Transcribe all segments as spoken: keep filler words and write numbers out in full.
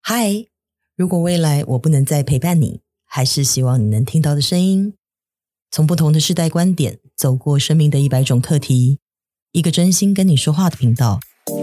嗨，如果未来我不能再陪伴你，还是希望你能听到的声音。从不同的世代观点，走过生命的一百种课题，一个真心跟你说话的频道。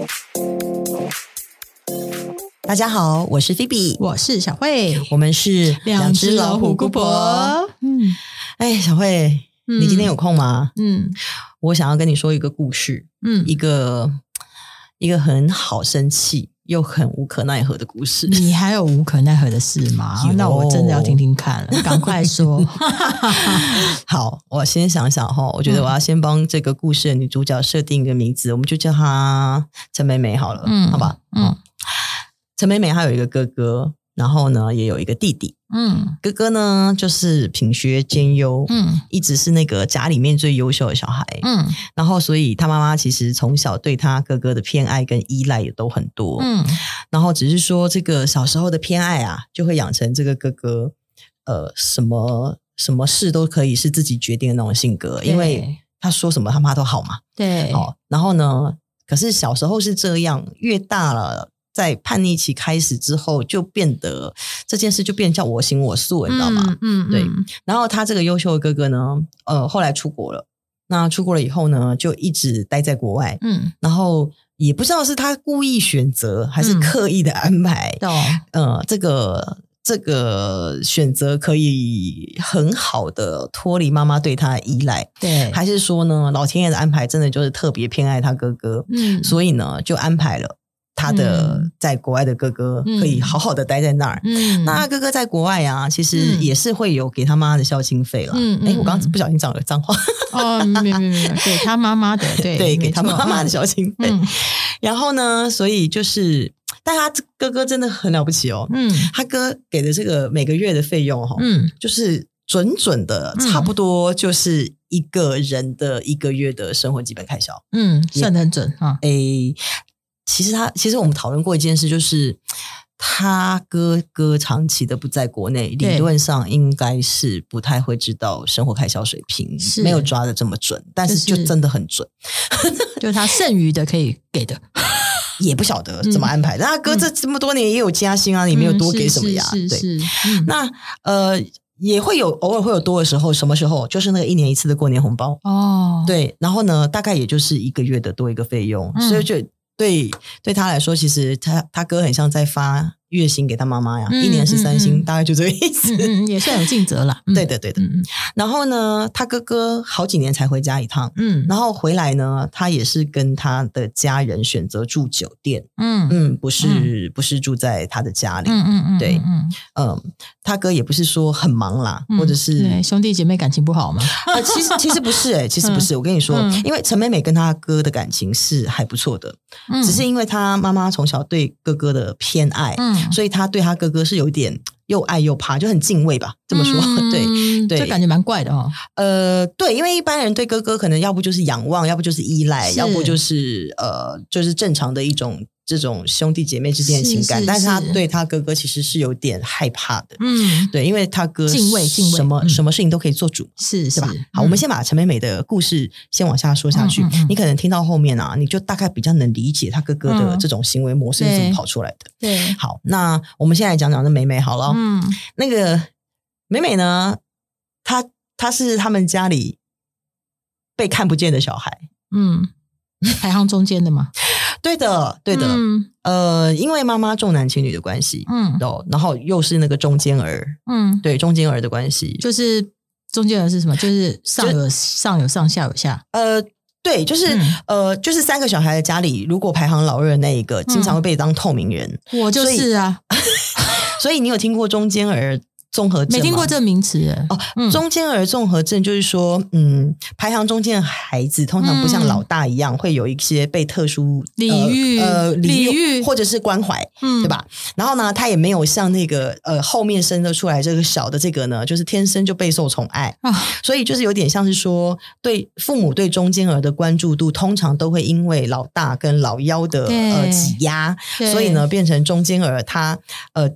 大家好，我是菲比， 我是小慧， 我们是两只老虎姑婆。 嗯，哎，小慧、嗯，你今天有空吗？ 嗯， 我想要跟你说一个故事，嗯，一个一个很好生气又很无可奈何的故事。 你还有无可奈何的事吗？那我真的要听听看了，赶快说。 好，我先想想齁，我觉得我要先帮这个故事的女主角设定一个名字，我们就叫她陈美美好了，嗯，好吧，嗯，陈美美她有一个哥哥，然后呢也有一个弟弟。嗯，哥哥呢就是品学兼优，嗯，一直是那个家里面最优秀的小孩，嗯，然后所以他妈妈其实从小对他哥哥的偏爱跟依赖也都很多，嗯，然后只是说这个小时候的偏爱啊，就会养成这个哥哥呃什么什么事都可以是自己决定的那种性格，因为他说什么他妈都好嘛， 对， 好，然后呢，可是小时候是这样，越大了。在叛逆期开始之后，就变得这件事就变叫我行我素，你知道吗？嗯，嗯对。然后他这个优秀的哥哥呢，呃，后来出国了。那出国了以后呢，就一直待在国外。嗯，然后也不知道是他故意选择还是刻意的安排。嗯，呃，这个这个选择可以很好的脱离妈妈对他的依赖。对，还是说呢，老天爷的安排真的就是特别偏爱他哥哥。嗯，所以呢，就安排了。他的在国外的哥哥可以好好的待在那儿、嗯、那他哥哥在国外啊其实也是会有给他妈的孝亲费啦。嗯，诶我刚刚不小心讲了脏话。 哦，没有没有没有，给他妈妈的，对对，给他妈妈的孝亲费、嗯、然后呢所以就是但他哥哥真的很了不起哦。嗯，他哥给的这个每个月的费用齁、嗯、就是准准的差不多就是一个人的一个月的生活基本开销。 嗯，算得很准啊。 诶其实他，其实我们讨论过一件事，就是他哥哥长期的不在国内，理论上应该是不太会知道生活开销水平，没有抓的这么准，但是就真的很准， 就是他剩余的可以给的。 也不晓得怎么安排，但、嗯、他哥这这么多年也有加薪啊，你没有多给什么呀？ 嗯、是是是对， 嗯、 那呃也会有偶尔会有多的时候，什么时候？就是那个一年一次的过年红包哦，对，然后呢，大概也就是一个月的多一个费用，嗯、所以就。对，对他来说，其实他他哥很像在发月薪给他妈妈呀，嗯、一年十三薪、嗯，大概就这个意思， 嗯、也算有尽责了。 对的，对的、嗯。然后呢，他哥哥好几年才回家一趟，嗯，然后回来呢，他也是跟他的家人选择住酒店，嗯嗯，不是、嗯、不是住在他的家里，嗯嗯嗯，对，嗯嗯，他哥也不是说很忙啦，嗯、或者是对兄弟姐妹感情不好吗？ 呃，其实其实不是、欸，哎，其实不是，嗯、我跟你说，嗯、因为陈美美跟他哥的感情是还不错的。嗯、只是因为他妈妈从小对哥哥的偏爱、嗯、所以他对他哥哥是有点又爱又怕，就很敬畏吧，这么说、嗯、对对， 这感觉蛮怪的哦。 呃，对，因为一般人对哥哥可能要不就是仰望，要不就是依赖，要不就是呃，就是正常的一种这种兄弟姐妹之间的情感，是是是，但是他对他哥哥其实是有点害怕的。嗯，对，因为他哥敬畏敬畏， 什么、嗯、什么事情都可以做主， 是是吧？ 好、嗯，我们先把陈美美的故事先往下说下去、嗯嗯嗯，你可能听到后面啊，你就大概比较能理解他哥哥的这种行为模式是怎么跑出来的。 对，对好，那我们先来讲讲那美美好了。嗯，那个美美呢，她她是他们家里被看不见的小孩。嗯， 排行中间的吗？ 对的，对的，嗯、呃，因为妈妈重男轻女的关系，嗯，然后又是那个中间儿，嗯，对，中间儿的关系， 就是中间儿是什么？就是上有上有上，下有下， 呃，对，就是、嗯、呃，就是三个小孩的家里，如果排行老二的那一个，经常会被当透明人， 嗯、我就是啊， 所以, 所以你有听过中间儿综合症吗？ 没听过这个名词哦、嗯。中间儿综合症就是说，嗯，排行中间的孩子通常不像老大一样，嗯、会有一些被特殊礼遇、 呃礼遇或者是关怀，嗯，对吧？然后呢，他也没有像那个呃后面生的出来这个小的这个呢，就是天生就备受宠爱啊，所以就是有点像是说，对父母对中间儿的关注度，通常都会因为老大跟老幺的呃挤压，所以呢，变成中间儿他呃。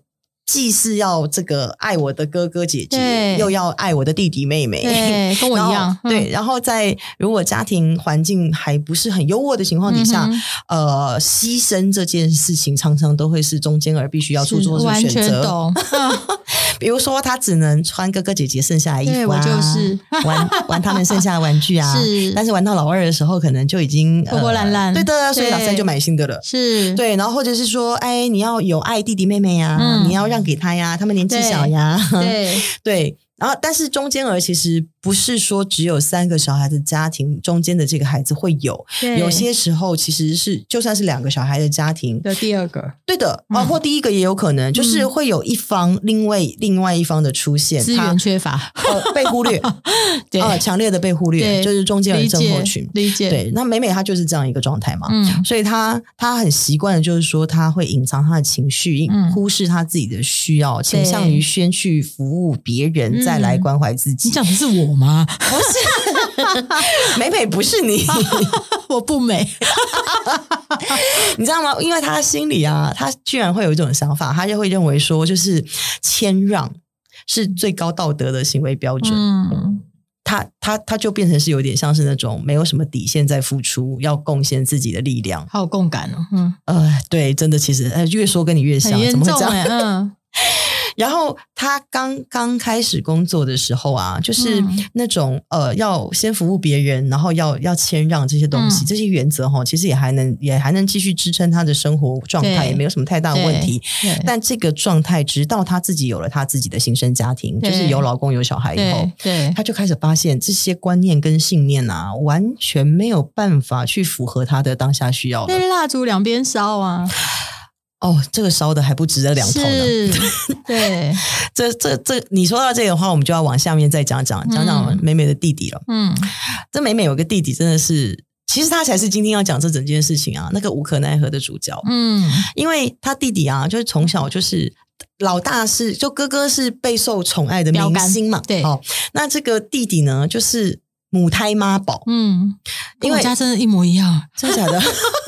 既是要这个爱我的哥哥姐姐，又要爱我的弟弟妹妹， 对，跟我一样。 嗯、对，然后在如果家庭环境还不是很优渥的情况底下，嗯、呃，牺牲这件事情常常都会是中间儿必须要出做的选择。 完全懂。 比如说，他只能穿哥哥姐姐剩下的衣服啊， 我就是玩玩他们剩下的玩具啊。 是， 但是玩到老二的时候，可能就已经破破烂烂。 对的，所以老三就买新的了。 是， 对，然后或者是说，哎，你要有爱弟弟妹妹呀、啊嗯，你要让给他呀，他们年纪小呀。 对对。然后，但是中间儿其实不是说只有三个小孩的家庭中间的这个孩子会有，有些时候其实是就算是两个小孩的家庭的第二个， 对的，包括、嗯、第一个也有可能，就是会有一方、嗯、另外另外一方的出现， 资源缺乏， 呃，被忽略，对，呃，强烈的被忽略，就是中间儿症候群， 理解。 对，那美美她就是这样一个状态嘛，嗯，所以她她很习惯的就是说，她会隐藏她的情绪，嗯、忽视她自己的需要，倾向于先去服务别人。再来关怀自己。 你讲的是我吗？ 不是，美美不是你， 我不美。 你知道吗？因为他心里啊，他居然会有一种想法，他就会认为说，就是谦让是最高道德的行为标准。嗯，他他他就变成是有点像是那种没有什么底线在付出，要贡献自己的力量， 好有共感哦。嗯， 呃，对，真的，其实呃，越说跟你越像，怎么会这样？ 嗯。 然后他刚刚开始工作的时候啊，就是那种、嗯、呃，要先服务别人，然后要要谦让这些东西，嗯、这些原则哈，其实也还能也还能继续支撑他的生活状态，也没有什么太大的问题。但这个状态，直到他自己有了他自己的新生家庭，就是有老公有小孩以后， 对， 他就开始发现这些观念跟信念啊，完全没有办法去符合他的当下需要了。 对，蜡烛两边烧啊。 哦，这个烧的还不值得两头呢。 对， 这这这，你说到这个的话，我们就要往下面再讲讲，讲讲美美的弟弟了。嗯，这美美有个弟弟，真的是，其实他才是今天要讲这整件事情啊，那个无可奈何的主角。嗯，因为他弟弟啊，就是从小就是老大是，就哥哥是备受宠爱的明星嘛。 对， 哦，那这个弟弟呢，就是母胎妈宝。嗯， 跟我家真的一模一样， 真的假的？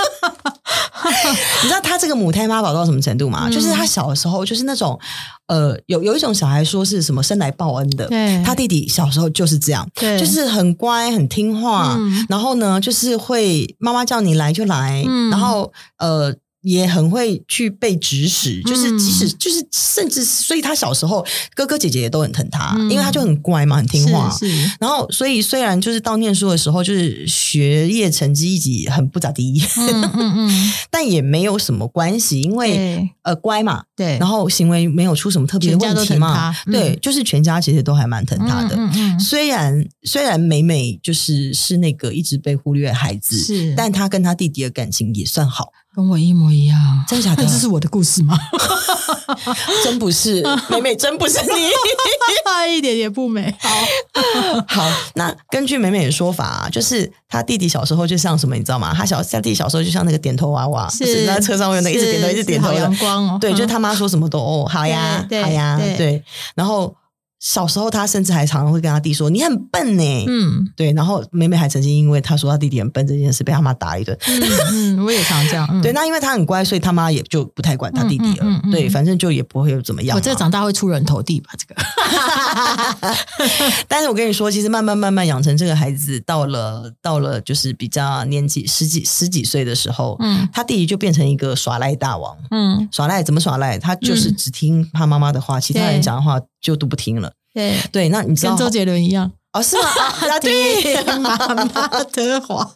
你知道他这个母胎妈宝到什么程度吗？嗯、就是他小的时候就是那种呃，有有一种小孩说是什么生来报恩的， 对， 他弟弟小时候就是这样， 对， 就是很乖很听话，嗯、然后呢就是会妈妈叫你来就来，嗯、然后呃也很会去被指使，就是即使就是甚至，所以他小时候哥哥姐姐也都很疼他，嗯、因为他就很乖嘛，很听话。 是是， 然后所以虽然就是到念书的时候，就是学业成绩一直很不咋地，嗯嗯嗯，但也没有什么关系，因为呃乖嘛， 对， 然后行为没有出什么特别的问题嘛， 嗯、 对，就是全家其实都还蛮疼他的。嗯嗯嗯，虽然虽然美美就是是那个一直被忽略的孩子， 是，但他跟他弟弟的感情也算好。 跟我一模一样， 真的假的？ 这是我的故事吗？ 真不是，美美真不是你， 一点也不美。 好，好，那根据美美的说法、啊，就是他弟弟小时候就像什么，你知道吗？他小他弟弟小时候就像那个点头娃娃，是在车上有那个一直点头一直点头的阳光哦。 对，就是他妈说什么都哦，好呀，好呀，对，对，然后。小时候他甚至还常常会跟他弟说你很笨呢，嗯，对，然后妹妹还曾经因为他说他弟弟很笨这件事被他妈打一顿， 嗯嗯，我也常这样，嗯、 对，那因为他很乖，所以他妈也就不太管他弟弟了，嗯嗯嗯嗯、对，反正就也不会有怎么样。 我这个长大会出人头地吧，这个。 但是我跟你说，其实慢慢慢慢养成这个孩子，到了到了就是比较年纪十几十几岁的时候，嗯，他弟弟就变成一个耍赖大王，嗯，耍赖怎么耍赖？他就是只听他妈妈的话，嗯、其他人讲的话就都不听了。 对对，那你知道跟周杰伦一样哦？是吗？啊，对， 妈妈的话。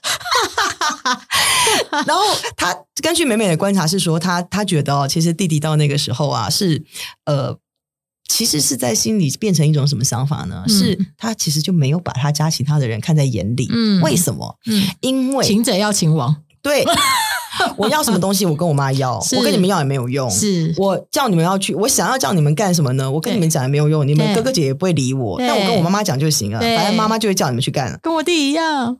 然后他根据美美的观察是说，他他觉得哦，其实弟弟到那个时候啊，是呃，其实是在心里变成一种什么想法呢？嗯、是他其实就没有把他家其他的人看在眼里。嗯，为什么？嗯，因为擒贼要擒王。 对。我要什么东西我跟我妈要，我跟你们要也没有用， 是我叫你们要去，我想要叫你们干什么呢？我跟你们讲也没有用，你们哥哥姐也不会理我，但我跟我妈妈讲就行了，反正妈妈就会叫你们去干了， 跟我弟一样。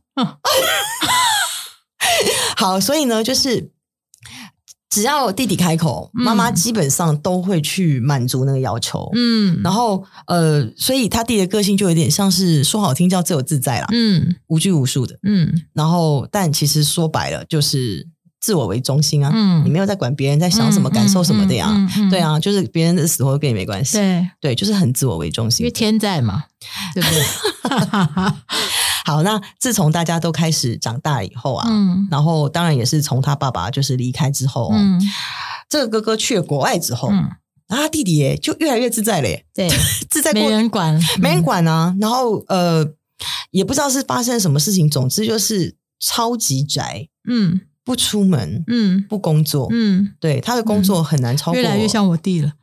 好，所以呢就是只要弟弟开口，妈妈基本上都会去满足那个要求。嗯，然后呃，所以他弟的个性就有点像是说好听叫自由自在啦，嗯，无拘无束的，嗯，然后但其实说白了就是自我为中心啊， 嗯， 你没有在管别人在想什么、嗯、感受什么的呀、嗯嗯嗯、对啊，就是别人的死活跟你没关系， 对对，就是很自我为中心， 因为天在嘛，对不对？ 好，那自从大家都开始长大以后啊、嗯、然后当然也是从他爸爸就是离开之后、哦嗯、这个哥哥去了国外之后、嗯、然后他弟弟耶就越来越自在了耶， 对， 自在过， 没人管没人管啊、嗯、然后呃也不知道是发生什么事情，总之就是超级宅，嗯，不出门，嗯，不工作，嗯，对，他的工作很难超过、嗯、 越来越像我弟了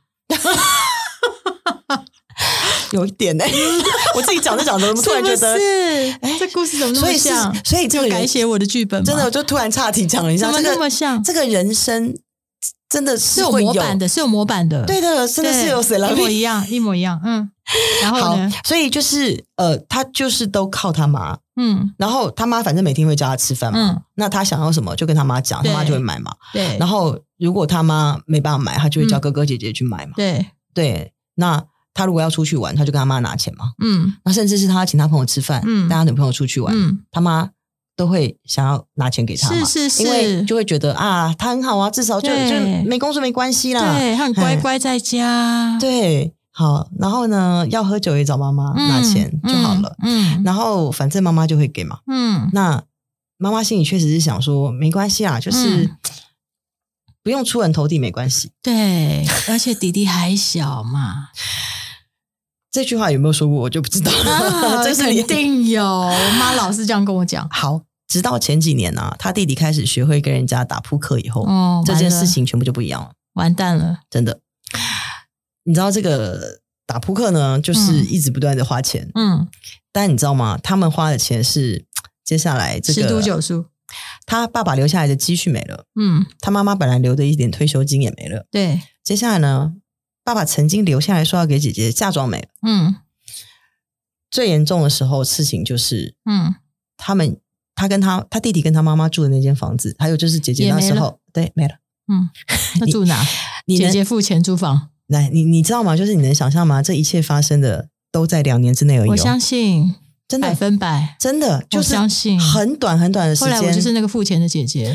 有一点呢、欸，我自己讲着讲着，突然觉得， 是不是、欸、这故事怎么那么像？ 所以所以这个改写我的剧本， 真的，我就突然岔题讲了一下， 怎么那么像？ 这个、这个人生真的是是有模板的，是有模板的， 对的，真的是有谁来一模一样，一模一样，嗯。然后呢？ 所以就是呃，他就是都靠他妈，嗯，然后他妈反正每天会叫他吃饭嘛，嗯，那他想要什么就跟他妈讲，他妈就会买嘛， 对。 然后如果他妈没办法买，他就会叫哥哥姐姐去买嘛， 对对。那他如果要出去玩，他就跟他妈拿钱嘛，嗯。那甚至是他请他朋友吃饭，嗯，带他女朋友出去玩，嗯，他妈都会想要拿钱给他嘛， 是是是， 因为就会觉得啊，他很好啊，至少就就没工作没关系啦， 对，他很乖乖在家， 对。好，然后呢，要喝酒也找妈妈拿钱就好了，嗯，嗯然后反正妈妈就会给嘛，嗯，那妈妈心里确实是想说，没关系啦，就是、嗯、不用出人头地没关系， 对，而且弟弟还小嘛， 这句话有没有说过我就不知道了， 啊、这肯定有，我妈老是这样跟我讲。 好，直到前几年啊，他弟弟开始学会跟人家打扑克以后，哦，这件事情全部就不一样了， 完蛋了， 真的。你知道这个打扑克呢，就是一直不断的花钱，嗯，但你知道吗？他们花的钱是接下来这个十赌九输， 他爸爸留下来的积蓄没了，嗯，他妈妈本来留的一点退休金也没了， 对， 接下来呢，爸爸曾经留下来说要给姐姐的嫁妆没了，嗯，最严重的时候事情就是，嗯，他们他跟他他弟弟跟他妈妈住的那间房子，还有就是姐姐那时候对没了， 嗯，那住哪？姐姐付钱租房。 来，你你知道吗？就是你能想象吗？这一切发生的都在两年之内而已、哦。 我相信， 真的百分百， 真的就是相信很短很短的时间。 后来我就是那个付钱的姐姐。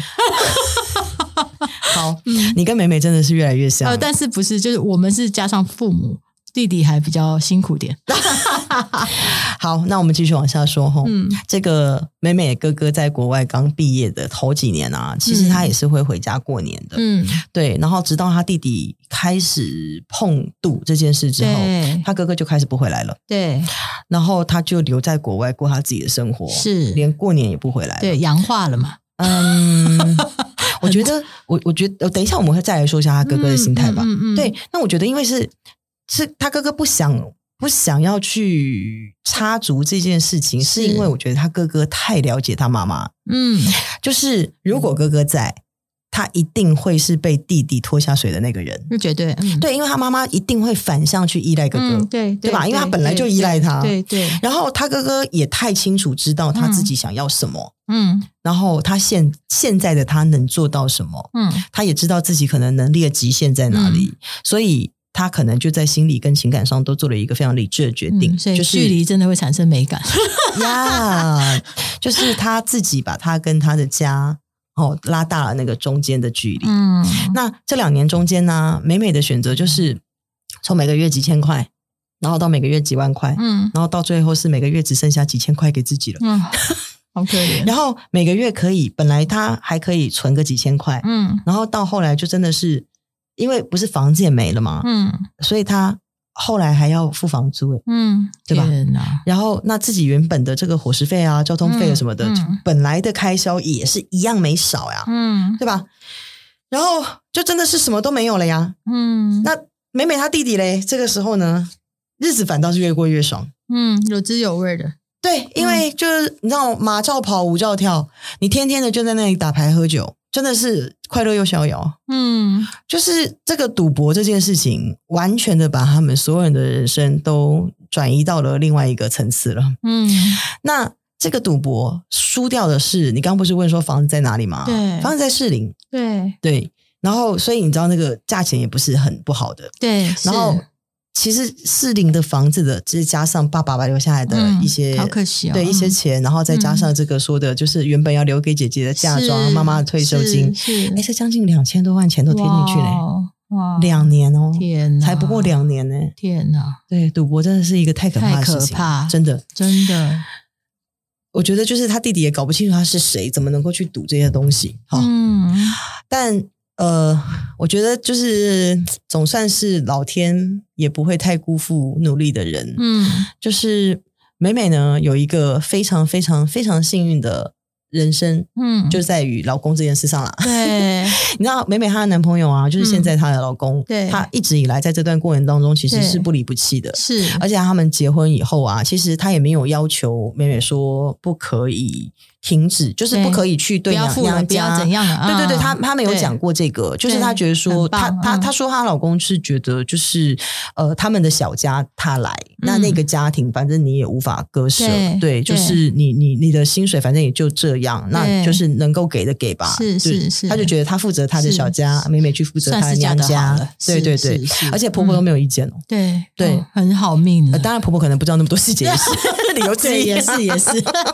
好、嗯，你跟美美真的是越来越像。 呃，但是不是，就是我们是加上父母，弟弟还比较辛苦点。 好，那我们继续往下说齁、嗯、这个美美哥哥在国外刚毕业的头几年啊，其实他也是会回家过年的，嗯，对，然后直到他弟弟开始碰赌这件事之后，他哥哥就开始不回来了， 对， 然后他就留在国外过他自己的生活， 是连过年也不回来了， 对，洋化了嘛。 嗯，我觉得我我觉得等一下我们会再来说一下他哥哥的心态吧、嗯嗯嗯嗯、对，那我觉得因为是是他哥哥不想不想要去插足这件事情，是因为我觉得他哥哥太了解他妈妈，嗯，就是如果哥哥在，他一定会是被弟弟拖下水的那个人， 绝对、嗯、 对，因为他妈妈一定会反向去依赖哥哥、 嗯、对 对, 对吧，因为他本来就依赖他， 对 对, 对， 然后他哥哥也太清楚知道他自己想要什么，嗯，然后他现现在的他能做到什么，嗯，他也知道自己可能能力的极限在哪里、嗯、所以他可能就在心理跟情感上都做了一个非常理智的决定、 嗯、所以距离真的会产生美感呀、yeah, 就是他自己把他跟他的家哦拉大了那个中间的距离。嗯，那这两年中间呢，美美的选择就是从每个月几千块，然后到每个月几万块，嗯，然后到最后是每个月只剩下几千块给自己了。 嗯，好可怜。 然后每个月可以，本来他还可以存个几千块，嗯，然后到后来就真的是。因为不是房子也没了嘛，嗯，所以他后来还要付房租，嗯，对吧？然后那自己原本的这个伙食费啊、交通费什么的、嗯，本来的开销也是一样没少呀，嗯，对吧？然后就真的是什么都没有了呀，嗯。那美美她弟弟嘞，这个时候呢，日子反倒是越过越爽， 嗯，有滋有味的。 对，因为就是你知道马照跑，舞照跳，你天天的就在那里打牌喝酒。真的是快乐又逍遥，嗯，就是这个赌博这件事情，完全的把他们所有人的人生都转移到了另外一个层次了，嗯。那这个赌博输掉的是，你刚刚不是问说房子在哪里吗？ 对， 房子在士林， 对对。然后，所以你知道那个价钱也不是很不好的， 对。 然后其实适龄的房子的，就是加上爸爸爸留下来的一些， 嗯、好可惜哦， 对一些钱，然后再加上这个说的，就是原本要留给姐姐的嫁妆、妈妈的退休金，哎，这将近两千多万钱都贴进去嘞，哇，两年哦， 天哪， 才不过两年呢， 天哪， 对，赌博真的是一个太可怕的事情， 太可怕， 真的， 真的。 我觉得就是他弟弟也搞不清楚他是谁，怎么能够去赌这些东西？嗯，但。呃，我觉得就是总算是老天也不会太辜负努力的人。嗯，就是美美呢有一个非常非常非常幸运的人生，嗯，就在于老公这件事上啦。 对， 你知道美美她的男朋友啊，就是现在她的老公，对、嗯，他一直以来在这段过程当中其实是不离不弃的，是，而且他们结婚以后啊，其实他也没有要求美美说不可以。停止，就是不可以去对娘娘家， 不要怎样了。 对对对，他他没有讲过这个，就是他觉得说，他他他说她老公是觉得就是呃，他们的小家他来，嗯、那那个家庭反正你也无法割舍，对，对就是你你你的薪水反正也就这样，那就是能够给的给吧， 是是是， 他就觉得他负责他的小家，美美去负责他的娘家，对对对，而且婆婆都没有意见哦， 对对， 很好命。 当然婆婆可能不知道那么多细节，也是理由之一， 也是也是。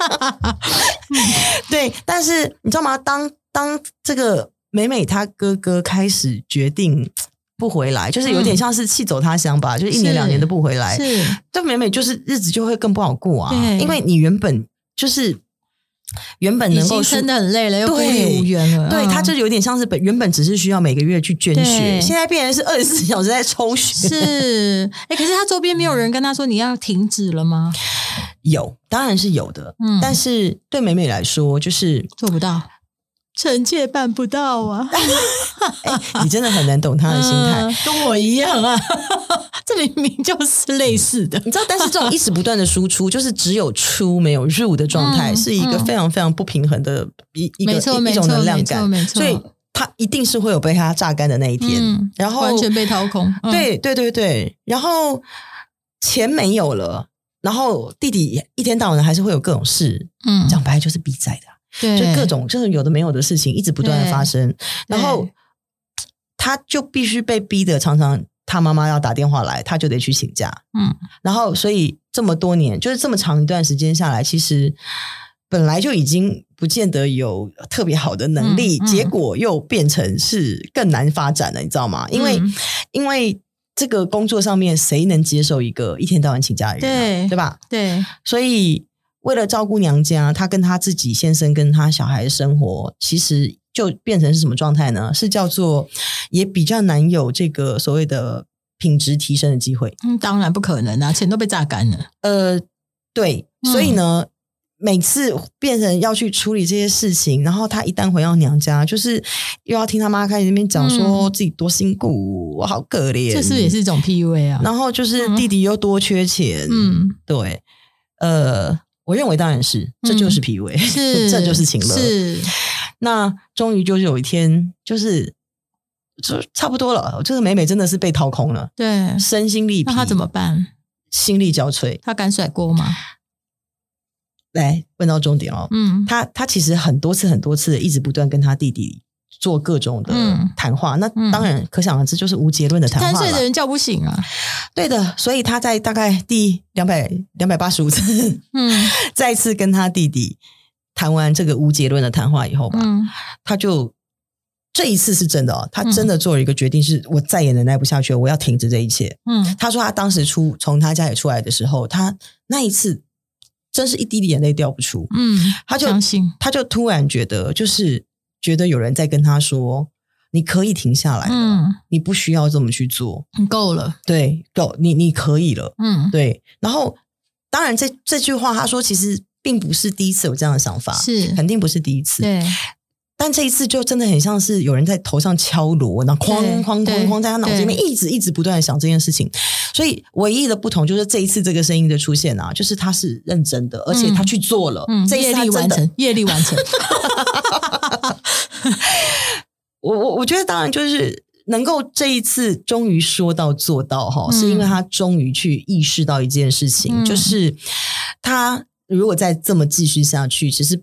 对，但是你知道吗？当当这个美美她哥哥开始决定不回来，就是有点像是弃走他乡吧，嗯、就是一年两年都不回来，是，这美美就是日子就会更不好过啊，因为你原本就是原本能够生得很累了，又孤立无援了， 对，他、嗯、就有点像是本原本只是需要每个月去捐血，现在变成是二十四小时在抽血， 是，哎，可是他周边没有人跟他说你要停止了吗？ 有，当然是有的，嗯，但是对美美来说，就是做不到，臣妾办不到啊！ 欸、你真的很难懂他的心态、嗯， 跟我一样啊，这明明就是类似的， 你知道？但是这种一直不断的输出，就是只有出没有入的状态，嗯、是一个非常非常不平衡的一一个一种能量感，所以他一定是会有被他榨干的那一天，嗯、然后完全被掏空， 嗯、对对对对，然后钱没有了。然后弟弟一天到晚还是会有各种事，嗯，讲白就是逼债的，对，就各种就是有的没有的事情一直不断的发生，然后他就必须被逼的，常常他妈妈要打电话来，他就得去请假，嗯，然后所以这么多年，就是这么长一段时间下来，其实本来就已经不见得有特别好的能力，嗯嗯、结果又变成是更难发展了，你知道吗？因为、嗯、因为。这个工作上面谁能接受一个一天到晚请假的人、啊、对, 对吧？ 对， 所以为了照顾娘家，他跟他自己先生跟他小孩的生活，其实就变成是什么状态呢？是叫做也比较难有这个所谓的品质提升的机会。 嗯，当然不可能啊，钱都被榨干了。 呃，对，所以呢。嗯每次变成要去处理这些事情，然后他一旦回到娘家，就是又要听他妈开始那边讲说自己多辛苦，我、嗯、好可怜， 这是不是也是一种 P U A 啊？ 然后就是弟弟又多缺钱，嗯，对，呃，我认为当然是，这就是 P U A，、嗯、是这就是情勒。是，那终于就是有一天，就是就差不多了，就是美美真的是被掏空了， 对， 身心力疲， 那他怎么办？ 心力交瘁， 他敢甩锅吗？ 来问到重点哦，嗯，他他其实很多次很多次的一直不断跟他弟弟做各种的谈话，嗯、那当然可想而知就是无结论的谈话了。 三岁的人叫不醒啊， 对的，所以他在大概第两百两百八十五次，嗯，再次跟他弟弟谈完这个无结论的谈话以后吧，嗯，他就这一次是真的哦，他真的做了一个决定是，我再也忍耐不下去了，我要停止这一切。嗯，他说他当时出从他家里出来的时候，他那一次。真是一滴眼泪掉不出，嗯，他就相信，他就突然觉得，就是觉得有人在跟他说，你可以停下来了，嗯，你不需要这么去做， 够了， 对，够，你你可以了，嗯，对。然后，当然这这句话，他说其实并不是第一次有这样的想法， 是肯定不是第一次， 对。 但这一次就真的很像是有人在头上敲锣，然后哐哐哐哐在他脑子里面一直一直不断的想这件事情。所以唯一的不同就是这一次这个声音的出现啊，就是他是认真的，而且他去做了， 嗯、 这一次他业力完成，业力完成。 我我我觉得当然就是能够这一次终于说到做到哈、嗯，是因为他终于去意识到一件事情，嗯、就是他如果再这么继续下去，其实被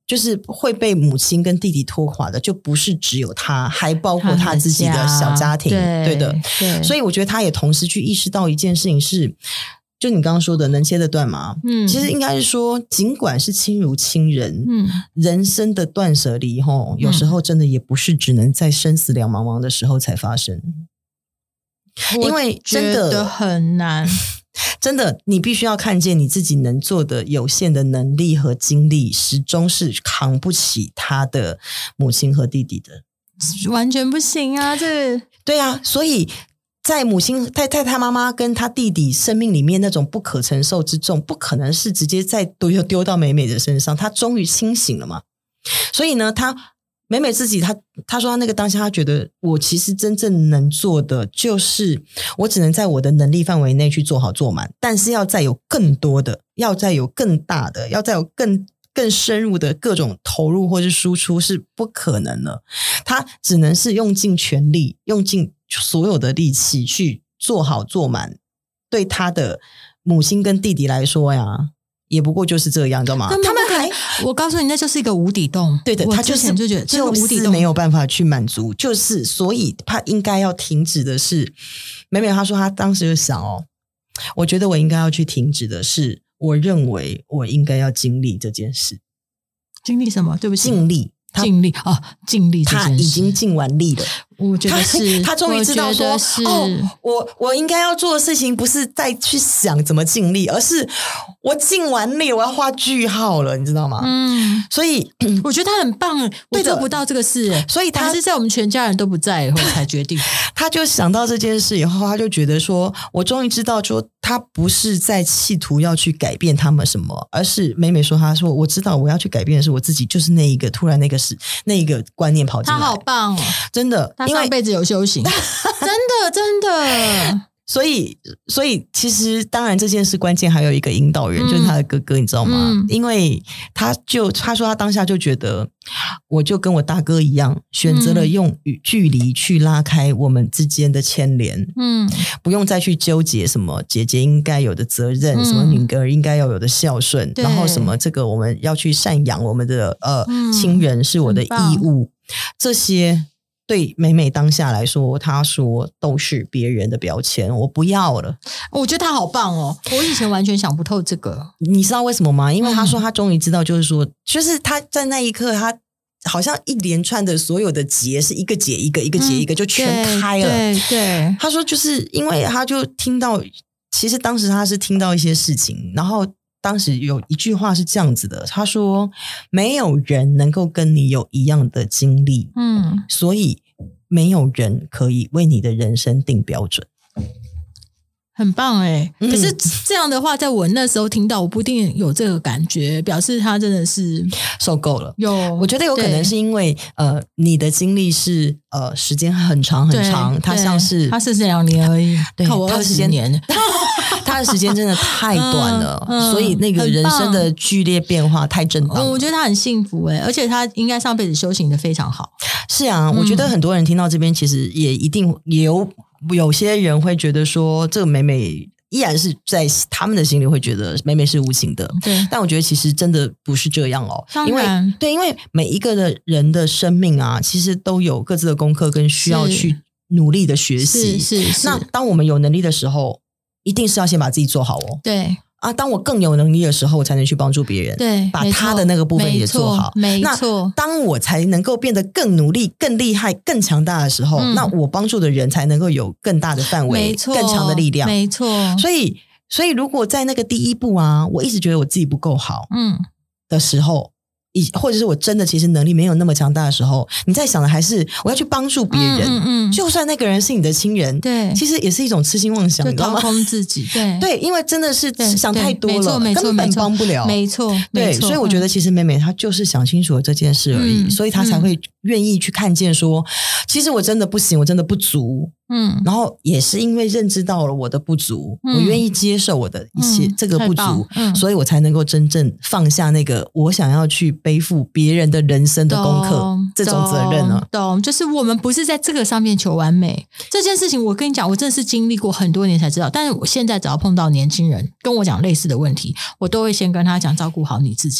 就是会被母亲跟弟弟拖垮的，就不是只有他，还包括他自己的小家庭， 对, 对的对。 所以我觉得他也同时去意识到一件事情是，就你刚刚说的能切得断吗？嗯，其实应该是说，尽管是亲如亲人，嗯，人生的断舍离吼，有时候真的也不是只能在生死两茫茫的时候才发生，因为真的觉得很难。 真的，你必须要看见你自己能做的有限的能力和精力，始终是扛不起他的母亲和弟弟的， 完全不行啊！这对啊，所以在母亲、在在他妈妈跟他弟弟生命里面那种不可承受之重，不可能是直接再丢丢到美美的身上。他终于清醒了嘛，所以呢，他。美美自己他他说他那个当下他觉得我其实真正能做的就是我只能在我的能力范围内去做好做满，但是要再有更多的，要再有更大的，要再有更更深入的各种投入或是输出是不可能的，他只能是用尽全力，用尽所有的力气去做好做满。对他的母亲跟弟弟来说呀，也不过就是这样，知道吗？他们还， 我告诉你，那就是一个无底洞。 对的，他就是就觉得这个无底洞没有办法去满足，就是所以他应该要停止的是，美美她说她当时就想哦，我觉得我应该要去停止的是，我认为我应该要经历这件事。 经历什么？对不起， 尽力。 尽力啊，尽力这件事， 他已经尽完力了。 我觉得是， 他终于知道说，哦，我我应该要做的事情不是再去想怎么尽力，而是我尽完力，我要画句号了，你知道吗？嗯，所以我觉得他很棒，我做不到这个事， 所以他是在我们全家人都不在以后才决定。 他就想到这件事以后，他就觉得说，我终于知道说，他不是在企图要去改变他们什么，而是美美说，他说我知道我要去改变的是我自己，就是那一个突然那个是那一个观念跑进来， 他好棒哦， 真的。 他上辈子有修行，真的真的。 所以，所以其实当然这件事关键还有一个引导人，嗯、就是他的哥哥，你知道吗？嗯、因为他就他说他当下就觉得，我就跟我大哥一样，选择了用距离去拉开我们之间的牵连，嗯，不用再去纠结什么姐姐应该有的责任，嗯、什么女儿应该要有的孝顺，然后什么这个我们要去赡养我们的呃、嗯、亲人是我的义务，这些。对美美当下来说，她说都是别人的标签，我不要了。 我觉得她好棒哦，我以前完全想不透这个。 你知道为什么吗？因为她说她终于知道，就是说，嗯、就是她在那一刻，她好像一连串的所有的结是一个结一个，一个结一个，嗯、就全开了。 对对， 她说就是因为她就听到，其实当时她是听到一些事情，然后。当时有一句话是这样子的，他说没有人能够跟你有一样的经历，嗯，所以没有人可以为你的人生定标准。 很棒哎、欸，可是这样的话，在我那时候听到，我不一定有这个感觉，表示他真的是受够了。 有， 我觉得有可能是因为呃，你的经历是呃时间很长很长，他像是他四十两年而已， 对， 靠我二十年。 他的时间真的太短了，嗯嗯、所以那个人生的剧烈变化太震荡了。 我觉得他很幸福哎、欸，而且他应该上辈子修行的非常好。 是啊，我觉得很多人听到这边，其实也一定也有有些人会觉得说，这个美美依然是在他们的心里会觉得美美是无情的。 对， 但我觉得其实真的不是这样哦， 因为对，因为每一个的人的生命啊，其实都有各自的功课跟需要去努力的学习。 是 是, 是。 那当我们有能力的时候。一定是要先把自己做好哦。 对啊，当我更有能力的时候，我才能去帮助别人。 对， 把他的那个部分也做好。 没错。 当我才能够变得更努力、更厉害、更强大的时候，嗯、那我帮助的人才能够有更大的范围、更强的力量。 没错。 所以，所以如果在那个第一步啊，我一直觉得我自己不够好，嗯的时候。或者是我真的其实能力没有那么强大的时候，你在想的还是我要去帮助别人，嗯嗯嗯就算那个人是你的亲人， 对， 其实也是一种痴心妄想， 就掏空自己，对对，因为真的是想太多了，根本帮不了， 没错， 对，所以我觉得其实美美她就是想清楚了这件事而已，嗯、所以她才会愿意去看见说，嗯、其实我真的不行，我真的不足。嗯，然后也是因为认知到了我的不足，嗯、我愿意接受我的一些、嗯、这个不足，嗯、所以我才能够真正放下那个我想要去背负别人的人生的功课这种责任呢。 懂，就是我们不是在这个上面求完美这件事情。我跟你讲，我真的是经历过很多年才知道。但是我现在只要碰到年轻人跟我讲类似的问题，我都会先跟他讲，照顾好你自己。因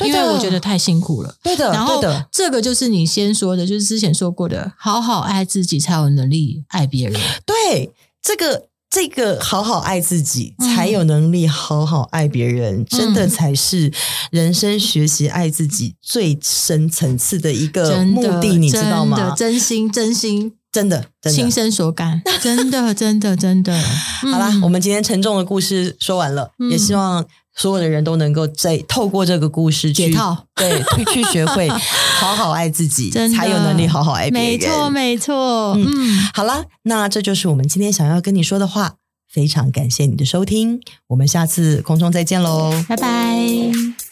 因为我觉得太辛苦了。 对的， 然后对的， 这个就是你先说的，就是之前说过的，好好爱自己才有能力爱别人。 对，这个这个好好爱自己，才有能力好好爱别人，嗯、真的才是人生学习爱自己最深层次的一个目的，你知道吗？ 真的，真心，真心。 真的，真的亲身所感，真的，真的，真的。 嗯、好啦，我们今天沉重的故事说完了，嗯、也希望所有的人都能够在透过这个故事去解套， 对，去去学会好好爱自己，才有能力好好爱别人。 没错，没错。嗯， 嗯好啦，那这就是我们今天想要跟你说的话。非常感谢你的收听，我们下次空中再见喽， 拜拜。